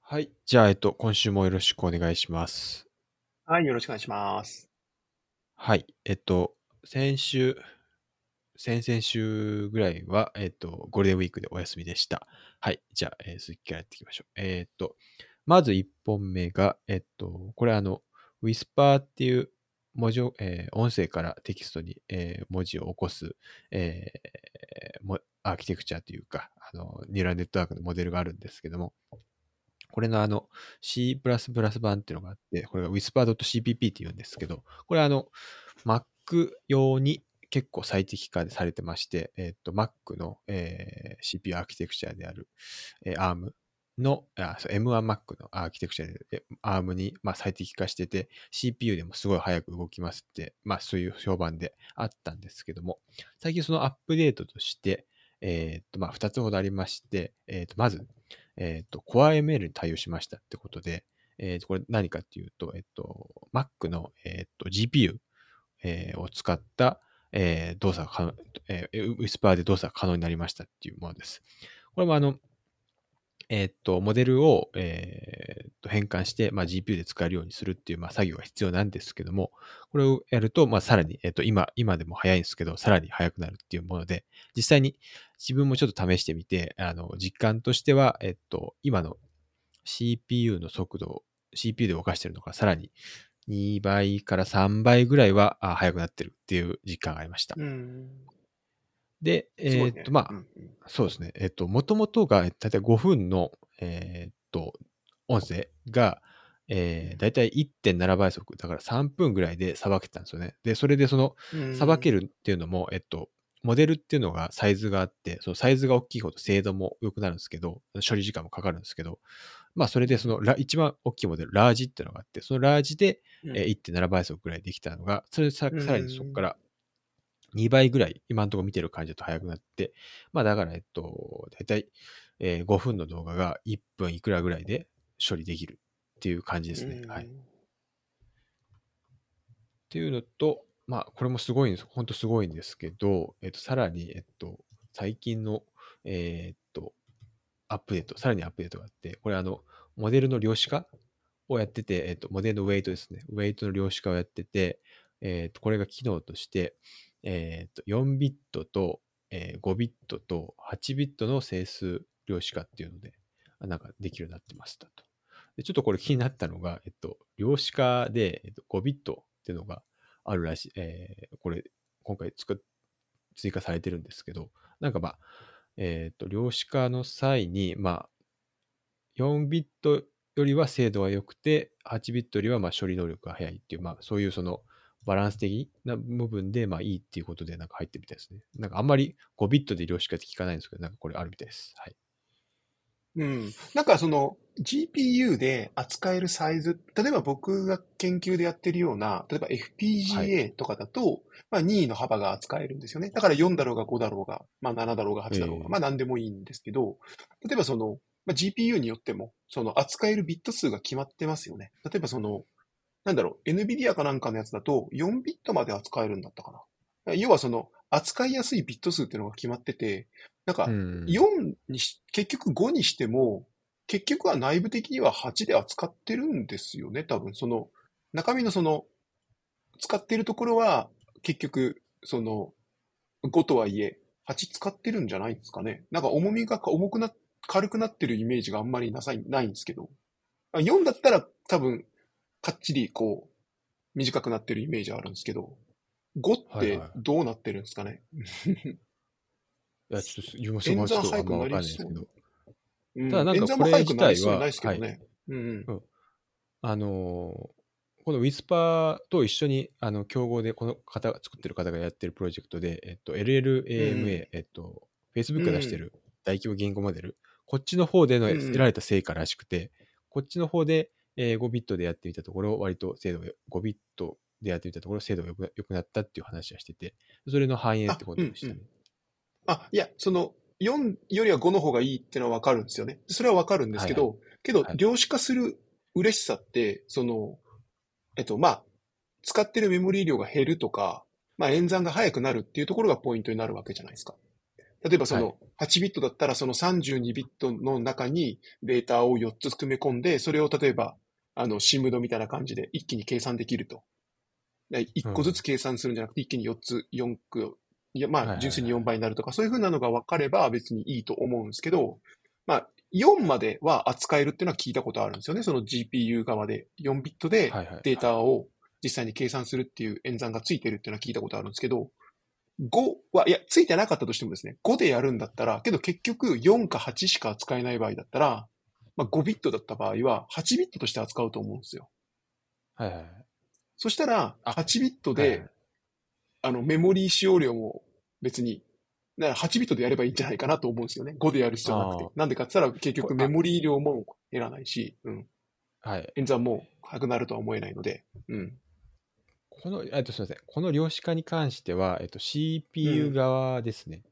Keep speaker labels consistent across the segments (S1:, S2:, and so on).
S1: はい。じゃあ、今週もよろしくお願いします。
S2: はい、よろしくお願いします。
S1: はい。先週、先々週ぐらいは、ゴールデンウィークでお休みでした。はい。じゃあ、続きからやっていきましょう。まず1本目が、これWhisper っていう文字を、音声からテキストに、文字を起こす、アーキテクチャというか、ニューラルネットワークのモデルがあるんですけども、これのC++ 版っていうのがあって、これが whisper.cpp って言うんですけど、これMac 用に結構最適化されてまして、Mac の、CPU アーキテクチャである、ARM の、そう M1Mac のアーキテクチャで、ARM に、最適化してて、CPU でもすごい早く動きますって、そういう評判であったんですけども、最近そのアップデートとして、2つほどありまして、まず、Core ML に対応しましたってことで、これ何かっていうと、Mac の、GPU、を使った、動作が可能、Whisper で動作が可能になりましたっていうものです。これもモデルを、変換して、GPU で使えるようにするっていう、作業が必要なんですけども、これをやると、さらに、今でも早いんですけど、さらに早くなるっていうもので、実際に自分もちょっと試してみて、実感としては、今の CPU の速度を CPU で動かしてるのがさらに2倍から3倍ぐらいは速くなってるっていう実感がありました。
S2: うん。
S1: で、
S2: すごいね。うんうん。
S1: そうですね。もともとが、だいたい5分の、音声が、だいたい1.7倍速、だから3分ぐらいでさばけたんですよね。で、それでその、
S2: う
S1: さばけ
S2: ん。
S1: るっていうのも、モデルっていうのがサイズがあって、そのサイズが大きいほど精度も良くなるんですけど、処理時間もかかるんですけど、それでその一番大きいモデル、ラージっていうのがあって、そのラージで
S2: うん。
S1: 1.7倍速ぐらいできたのが、それさ
S2: う
S1: さらにそこか
S2: ん。
S1: ら2倍ぐらい、今のところ見てる感じだと速くなって、だから、だいたい5分の動画が1分いくらぐらいで処理できるっていう感じで
S2: う
S1: すね。はい。っ
S2: ん。
S1: ていうのと、これもすごいんです。本当すごいんですけど、さらに、最近の、えっと、アップデート、さらにアップデートがあって、これモデルの量子化をやってて、モデルのウェイトですね。ウェイトの量子化をやってて、これが機能として、4ビットと、5ビットと8ビットの整数量子化っていうので、なんかできるようになってましたと。で、ちょっとこれ気になったのが、量子化で、5ビットっていうのがあるらしい、これ、今回追加されてるんですけど、なんか量子化の際に、4ビットよりは精度が良くて、8ビットよりは処理能力が速いっていう、そういうそのバランス的な部分で、いいっていうことでなんか入ってるみたいですね。なんかあんまり5ビットで量子化って聞かないんですけど、なんかこれあるみたいです。はい。
S2: うん。なんかその GPU で扱えるサイズ、例えば僕が研究でやってるような、例えば
S1: はい。
S2: FPGA とかだと、任意の幅が扱えるんですよね。だから4だろうが5だろうが、7だろうが8だろうが、
S1: え
S2: 何でもいいんですけど、例えばその、GPU によっても、その扱えるビット数が決まってますよね。例えばその、NVIDIA かなんかのやつだと4ビットまで扱えるんだったかな。要はその、扱いやすいビット数っていうのが決まってて、なん
S1: う
S2: か、
S1: ん。
S2: 4にし、結局5にしても、結局は内部的には8で扱ってるんですよね、多分。その、中身のその、使ってるところは、結局、その、5とはいえ、8使ってるんじゃないですかね。なんか重みが重くな、軽くなってるイメージがあんまりないんですけど。4だったら多分、かっちりこう、短くなってるイメージあるんですけど、5っ
S1: はいはい。
S2: てどうなってるんですかね。
S1: いや、ちょっと自分もそこ
S2: 演
S1: はちょっとあ
S2: 算早くな
S1: んまわか
S2: りそうな。
S1: んないですけど。ただ
S2: うん。
S1: なんか
S2: 演算も早く
S1: これ自
S2: なりそうにない
S1: 体は、はい。
S2: ですけどね。うんうん。
S1: うん。この Whisper と一緒に、競合でこの方が作ってる方がやってるプロジェクトで、
S2: うん
S1: LLAMA、
S2: う
S1: Facebook が出して
S2: ん。
S1: る大規模言語モデル、こっちの方での得ら
S2: うん。
S1: れた成果らしくて、こっちの方で、5ビットでやってみたところ、割と精度が、5ビットでやってみたところ、精度が良くなったっていう話はしてて、それの反映って
S2: あ、うんうん。
S1: ことでしたね。
S2: いや、その、4よりは5の方がいいってのはわかるんですよね。それはわかるんです
S1: はいはい。
S2: けど、けど、
S1: はい。
S2: 量子化する嬉しさって、その、使ってるメモリー量が減るとか、演算が速くなるっていうところがポイントになるわけじゃないですか。 例えばそ
S1: はい。
S2: の8ビットだったらその32ビットの中にデータを4つ組め込んで、それを例えば、シムドみたいな感じで一気に計算できると。1個ずつ
S1: うん。
S2: 計算するんじゃなくて一気に4つ、4区、いや、まあ、
S1: はいはい
S2: 純粋に4
S1: はい。
S2: 倍になるとか、そういう風なのが分かれば別にいいと思うんですけど、まあ、4までは扱えるっていうのは聞いたことあるんですよね。その GPU 側で4ビットで
S1: はいはい
S2: デー
S1: はい。
S2: タを実際に計算するっていう演算がついてるっていうのは聞いたことあるんですけど、5は、いや、ついてなかったとしてもですね、5でやるんだったら、けど結局4か8しか扱えない場合だったら、まあ5ビットだった場合は8ビットとして扱うと思うんですよ。
S1: はいはいはい。
S2: そしたら
S1: あ、
S2: 8ビットで、
S1: はいはい。
S2: メモリー使用量も別に、だから8ビットでやればいいんじゃないかなと思うんですよね。5でやる必要なくて。
S1: ああ、
S2: なんでかって言ったら結
S1: これ、
S2: 局メモリー量も減らないし、うん。
S1: はい。
S2: 演算も速くなるとは思えないので、うん。
S1: すみません。この量子化に関しては、
S2: う
S1: CPU
S2: ん。
S1: 側ですね。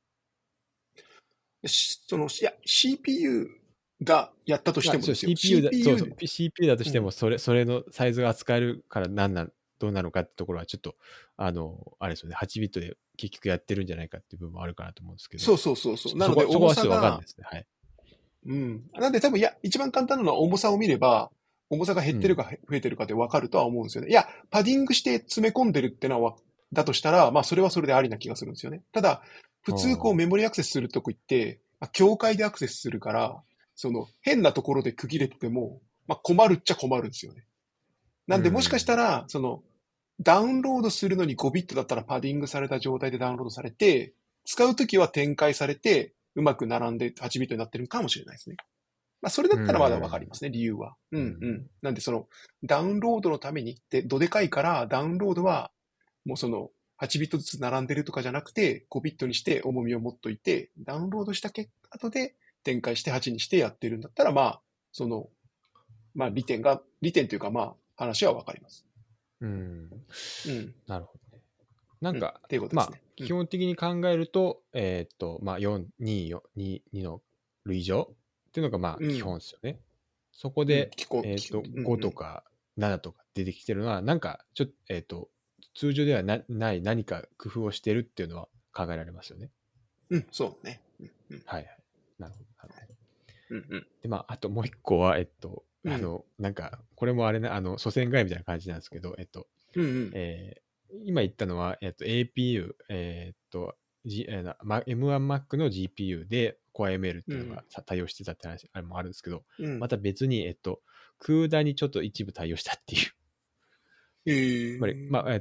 S2: いや、CPU がやったとして
S1: まあ、そう、
S2: もですよ。
S1: CPU だ、そうそう、
S2: CPU、
S1: CPU だとしても、
S2: うん。
S1: それのサイズが扱えるからどうなのかってところは、ちょっと、あれですよね、8ビットで結局やってるんじゃないかっていう部分もあるかなと思うんですけど、
S2: そうそうそうそう。なので
S1: そこ
S2: 重
S1: はちょっとわかんない
S2: さが、
S1: ですね。はい。
S2: うん。なんで多分、いや、一番簡単なのは重さを見れば、重さが減ってる
S1: うん。
S2: か増えてるかでわかるとは思うんですよね。いや、パディングして詰め込んでるってのは、だとしたら、まあそれはそれでありな気がするんですよね。ただ、普通こうメモリアクセスするとこ行って、まあ、境界でアクセスするから、その変なところで区切れてても、まあ困るっちゃ困るんですよね。な
S1: う
S2: んでもしかした
S1: ん。
S2: ら、その、ダウンロードするのに5ビットだったらパディングされた状態でダウンロードされて、使うときは展開されて、うまく並んで8ビットになってるかもしれないですね。まあ、それだ
S1: う
S2: ったらまだわかり
S1: ん。
S2: ますね、理由は。う
S1: う
S2: んうん。
S1: ん。
S2: なんでその、ダウンロードのために、で、どでかいからダウンロードは、もうその、8ビットずつ並んでるとかじゃなくて、5ビットにして重みを持っといて、ダウンロードした後で展開して8にしてやってるんだったら、まあ、その、まあ、利点というかまあ、話はわかります。
S1: うん。
S2: うん。
S1: なるほどね。なん
S2: うん。っ
S1: か、まあ、
S2: ていうことですね。うん。
S1: 基本的に考えると、まあ、4、2、2の類乗っていうのが、まあ、基
S2: うん。
S1: 本ですよね。そこ
S2: うん。
S1: で、
S2: 気候、うんう
S1: 5と
S2: ん。
S1: か7とか出てきてるのは、なんか、通常ではない何か工夫をしてるっていうのは考えられますよね。
S2: うん、そうね。うんうん。
S1: はいはい。なるほど、なるほど。
S2: うんうん。
S1: で、まあ、あともう一個は、
S2: うん。
S1: なんか、これもあれな、祖先外みたいな感じなんですけど、
S2: うんうん。
S1: えー今言ったのは、APU、M1Mac の GPU で Core ML っていうのが
S2: うん。
S1: 対応してたって話、あれもあるんですけど、
S2: うん。
S1: また別に、CUDA にちょっと一部対応したっていう。
S2: え
S1: つまり、まあ、
S2: ー。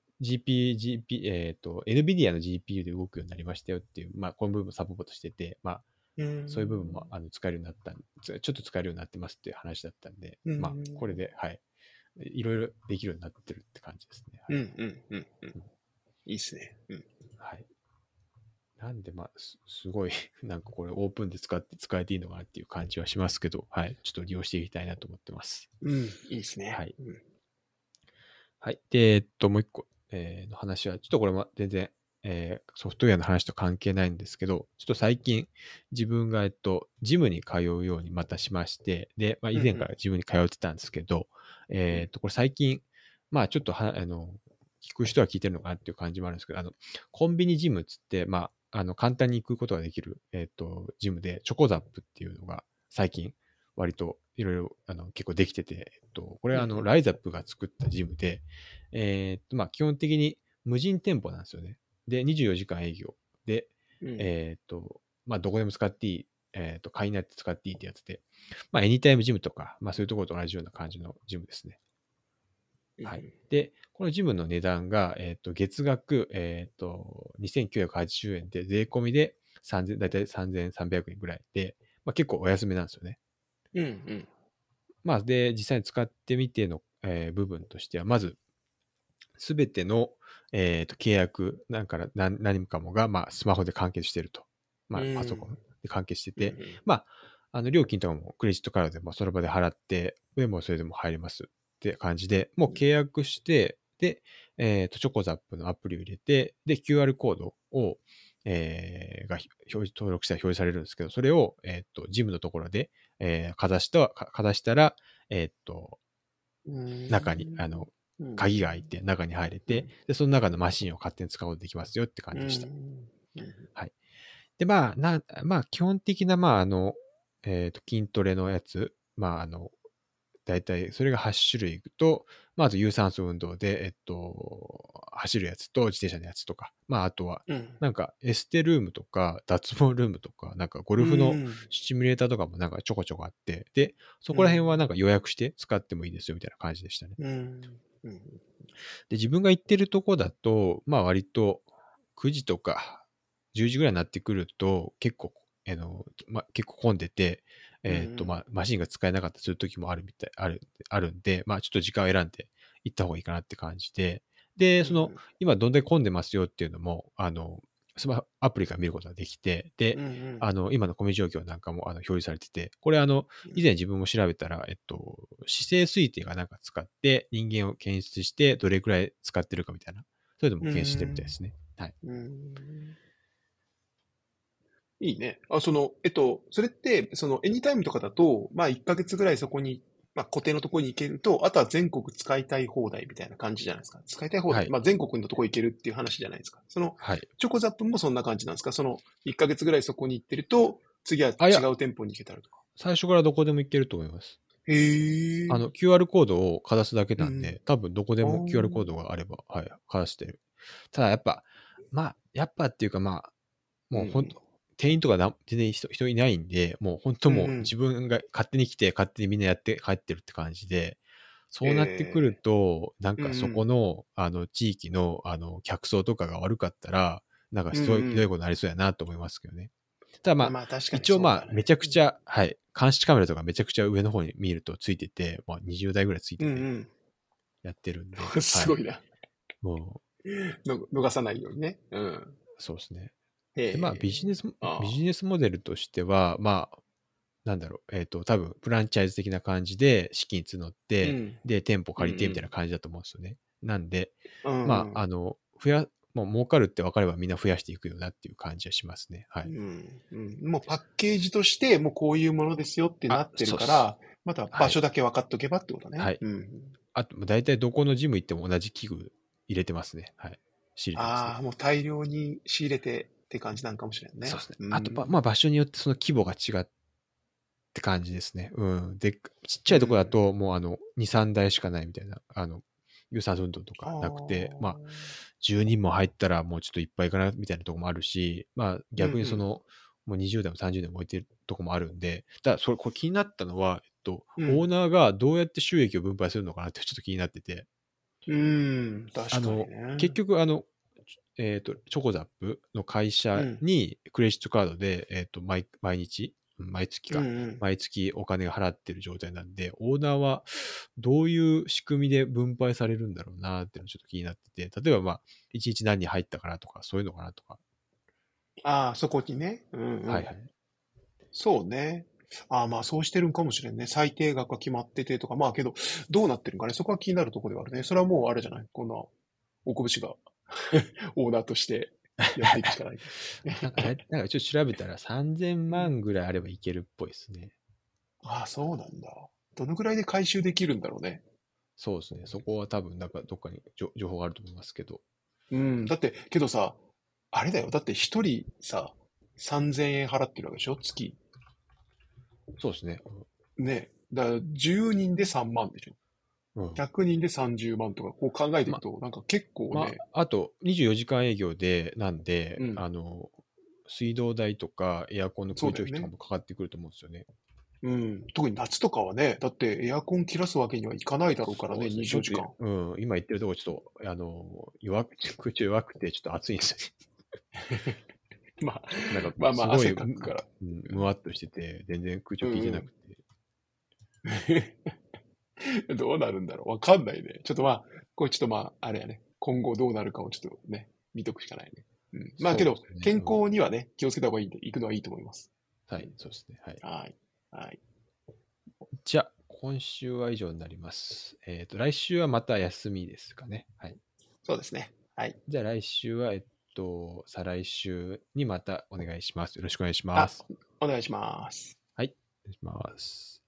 S1: NVIDIA の GPU で動くようになりましたよっていう、まあ、この部分をサポートしてて、まあ、
S2: う
S1: そういう部分も
S2: ん。
S1: 使えるようになったちょっと使えるようになってますっていう話だったんで、
S2: う
S1: まあ、これ
S2: ん。
S1: で、はい。いろいろできるようになってるって感じですね。はい。
S2: うん。うん。うん。うん。
S1: うん
S2: いいっすね。うん。
S1: はい。なんで、まあ、すごい、なんかこれオープンで使えていいのかなっていう感じはしますけど、はい。ちょっと利用していきたいなと思ってます。
S2: うん。いいっすね。
S1: はい。
S2: うん。
S1: はい。で、もう一個、の話は、ちょっとこれも全然、ソフトウェアの話と関係ないんですけど、ちょっと最近、自分が、ジムに通うようにまたしまして、で、まあ、以前か
S2: うん。
S1: らジムに通ってたんですけど、
S2: うん。
S1: これ最近、まあ、ちょっと聞く人は聞いてるのかなっていう感じもあるんですけど、コンビニジムっつって、まあ、簡単に行くことができる、ジムで、チョコザップっていうのが、最近、割といろいろ結構できてて、これは
S2: うん。
S1: ライザップが作ったジムで、まあ基本的に無人店舗なんですよね。で、24時間営業で、
S2: うん。
S1: まあどこでも使っていい、会員になって使っていいってやつで、まあエニタイムジムとか、まあそういうところと同じような感じのジムですね。
S2: うん。
S1: はい。で、このジムの値段が、月額、2980円で、税込みで3000、だいたい3300円ぐらいで、まあ結構お安めなんですよね。
S2: うん。うん。
S1: まあ、で、実際に使ってみての、部分としては、まず、すべての、契約、何かもが、まあ、スマホで完結していると。まあ、パソコンで完結してて、
S2: うん。
S1: まあ、料金とかもクレジットカードでもその場で払って、でもそれでも入れますって感じで、もう契約して、で、チョコザップのアプリを入れて、で、QR コードを、登録したら表示されるんですけど、それを、ジムのところで、かざしたら、えーっと、
S2: うん。
S1: 中に、
S2: うん。
S1: 鍵が開いて中に入れて、
S2: うん。
S1: で、その中のマシンを勝手に使うことができますよって感
S2: う
S1: じでした。
S2: ん。
S1: はい。 で、まあ、基本的な、まあ、筋トレのやつ、まあ、大体、それが8種類と、まあ、あと有酸素運動で、走るやつと自転車のやつとか、まあ、あとは、
S2: うん。
S1: なんか、エステルームとか、脱毛ルームとか、なんか、ゴ
S2: う
S1: ルフの
S2: ん。
S1: シミュレーターとかもなんかちょこちょこあって、で、そこら辺は
S2: うん。
S1: なんか予約して使ってもいいですよ、みたいな感じでしたね。
S2: うん。うん。
S1: で、自分が行ってるとこだと、まあ割と9時とか10時ぐらいになってくると、結構、結構混んでて、
S2: うん。
S1: まあ、マシンが使えなかったりする時もあるんで、まあちょっと時間を選んで行った方がいいかなって感じで、で、
S2: うん。
S1: 今どんだけ混んでますよっていうのも、スマホアプリから見ることができて、で、
S2: うん。
S1: 今の混み状況なんかも表示されてて、これ
S2: うん。
S1: 以前自分も調べたら、姿勢推定がなんか使って人間を検出して、どれくらい使ってるかみたいな、そういうのも
S2: う
S1: 検出してるみたいで
S2: ん。
S1: すね。はい。
S2: うん。いいね。それって、エニタイムとかだと、まあ、1ヶ月ぐらいそこに、まあ、固定のところに行けると、あとは全国使いたい放題みたいな感じじゃないですか。使いたい放題。
S1: はい。
S2: まあ、全国のとこ行けるっていう話じゃないですか。
S1: はい。
S2: チョコザップもそんな感じなんですか？1ヶ月ぐらいそこに行ってると、次は
S1: あ、いや、
S2: 違う店舗に行けたらとか。
S1: 最初からどこでも行けると思います。
S2: へえ。
S1: QR コードをかざすだけ
S2: うん。
S1: なんで、多分どこで
S2: あ
S1: も QR コー
S2: ー
S1: ドがあれば、はい、かざしてる。ただやっぱ、やっぱっていうかもう本当、
S2: うん。
S1: 店員とか全然人いないんで、もう本当もう
S2: うんうん。
S1: 自分が勝手に来て、勝手にみんなやって帰ってるって感じで、そうなってくる
S2: え
S1: と、なん
S2: うんう
S1: かそこ
S2: ん。
S1: の、地域の、客層とかが悪かったら、なんか
S2: うん
S1: ひどい
S2: うん。
S1: ことになりそうやなと思いますけどね。ただ
S2: あ、まあ確かに
S1: 一応め
S2: そうだね。
S1: ちゃくちゃ、はい、監視カメラとかめちゃくちゃ上の方に見るとついてて、まあ、20台ぐらいついてて
S2: うん
S1: やってるんで、
S2: うん。
S1: はい。
S2: すごいな。
S1: も
S2: 逃さないようにね。うん。
S1: そうですね。
S2: へ
S1: で、
S2: え。
S1: ビ
S2: ああ。
S1: ジネスモデルとしては、なんだろう、多分、フランチャイズ的な感じで資金募って、
S2: うん。
S1: で、店舗
S2: うんう
S1: 借りてみたいな
S2: ん。
S1: 感じだと思うんですよね。なんで、
S2: うん
S1: まあ、
S2: うん。
S1: もう儲かるって分かればみんな増やしていくよなっていう感じはしますね。はい。
S2: うんうん。もうパッケージとして、もうこういうものですよってなってる
S1: そうっす。
S2: から、また場
S1: はい。
S2: 所だけ分かっとけばってことね。
S1: はい。
S2: うん。
S1: あと、大体どこのジム行っても同じ器具入れてますね。はい。仕入れてますね。
S2: ああ、もう大量に仕入れてって感じなんかもしれんね。
S1: そうですね。
S2: う
S1: あと、
S2: ん。
S1: 場所によってその規模が違って感じですね。うん。で、ちっちゃいとこだ
S2: うん。
S1: と、もう2、3台しかないみたいな、有酸素運動と
S2: あ
S1: かなくて、
S2: あ。
S1: 10人も入ったらもうちょっといっぱいかなみたいなとこもあるし、
S2: うんうん。
S1: 逆にもう20代も30代も置いてるとこもあるんで、ただこれ気になったのは、オー
S2: うん。
S1: ナーがどうやって収益を分配するのかなってちょっと気になってて、
S2: うん。確かにね。
S1: 結局チョコザップの会社
S2: うん。
S1: にクレジットカードで、毎月か、
S2: うんうん。
S1: 毎月お金が払ってる状態なんで、オーナーはどういう仕組みで分配されるんだろうなっていうのがちょっと気になってて、例えば1日何人入ったかなとか、そういうのかなとか。
S2: ああ、そこにね。うんうん。
S1: はいはい。
S2: そうね。ああ、まあそうしてるんかもしれんね。最低額が決まっててとか。まあけど、どうなってるんかね。そこは気になるところではあるね。それはもうあれじゃない。こんな、おこぶしがオーナーとしてやっていくしかない。
S1: なんかちょっと調べたら3000
S2: うん。
S1: 万ぐらいあればいけるっぽいですね。
S2: ああ、そうなんだ。どのくらいで回収できるんだろうね。
S1: そうですね。そこは多分、なんかどっかに情報があると思いますけど。
S2: うん。だって、けどさ、あれだよ。だって一人さ、3000円払ってるわけでしょ月。
S1: そうですね。
S2: ね。だから10人で3万でしょ。
S1: うん。
S2: 100人で30万とか、こう考えていく
S1: ま、
S2: と、なんか結構ね、
S1: あと24時間営業なんで、
S2: うん。
S1: 水道代とかエアコンの空調費とか
S2: そうだよね。
S1: もかかってくると思うんですよね。
S2: うん。特に夏とかはね、だってエアコン切らすわけにはいかないだろうからね、
S1: そうですね。
S2: 24時間。
S1: 今言ってるとこちょっと、空調弱くてちょっと暑いんですよね。
S2: まあ、
S1: なんか、
S2: まあまあ、汗
S1: すごい、
S2: かくから。
S1: むわっとしてて、全然空調効いてな
S2: うん
S1: くて。
S2: うん。どうなるんだろう。わかんないね。ちょっとまあ、これちょっとまあ、あれやね。今後どうなるかをちょっとね、見とくしかないね。うん。まあけど、
S1: そうですね。
S2: 健
S1: うん。
S2: 康にはね、気をつけた方がいいんで、行くのはいいと思います。
S1: はい、
S2: うん。
S1: そうですね。はい。
S2: はい。はい。
S1: じゃあ、今週は以上になります。来週はまた休みですかね。はい。
S2: そうですね。はい。
S1: じゃあ来週は、再来週にまたお願いします。よろしくお願いしま
S2: あ、
S1: す。
S2: お願いします。
S1: はい。お願いします。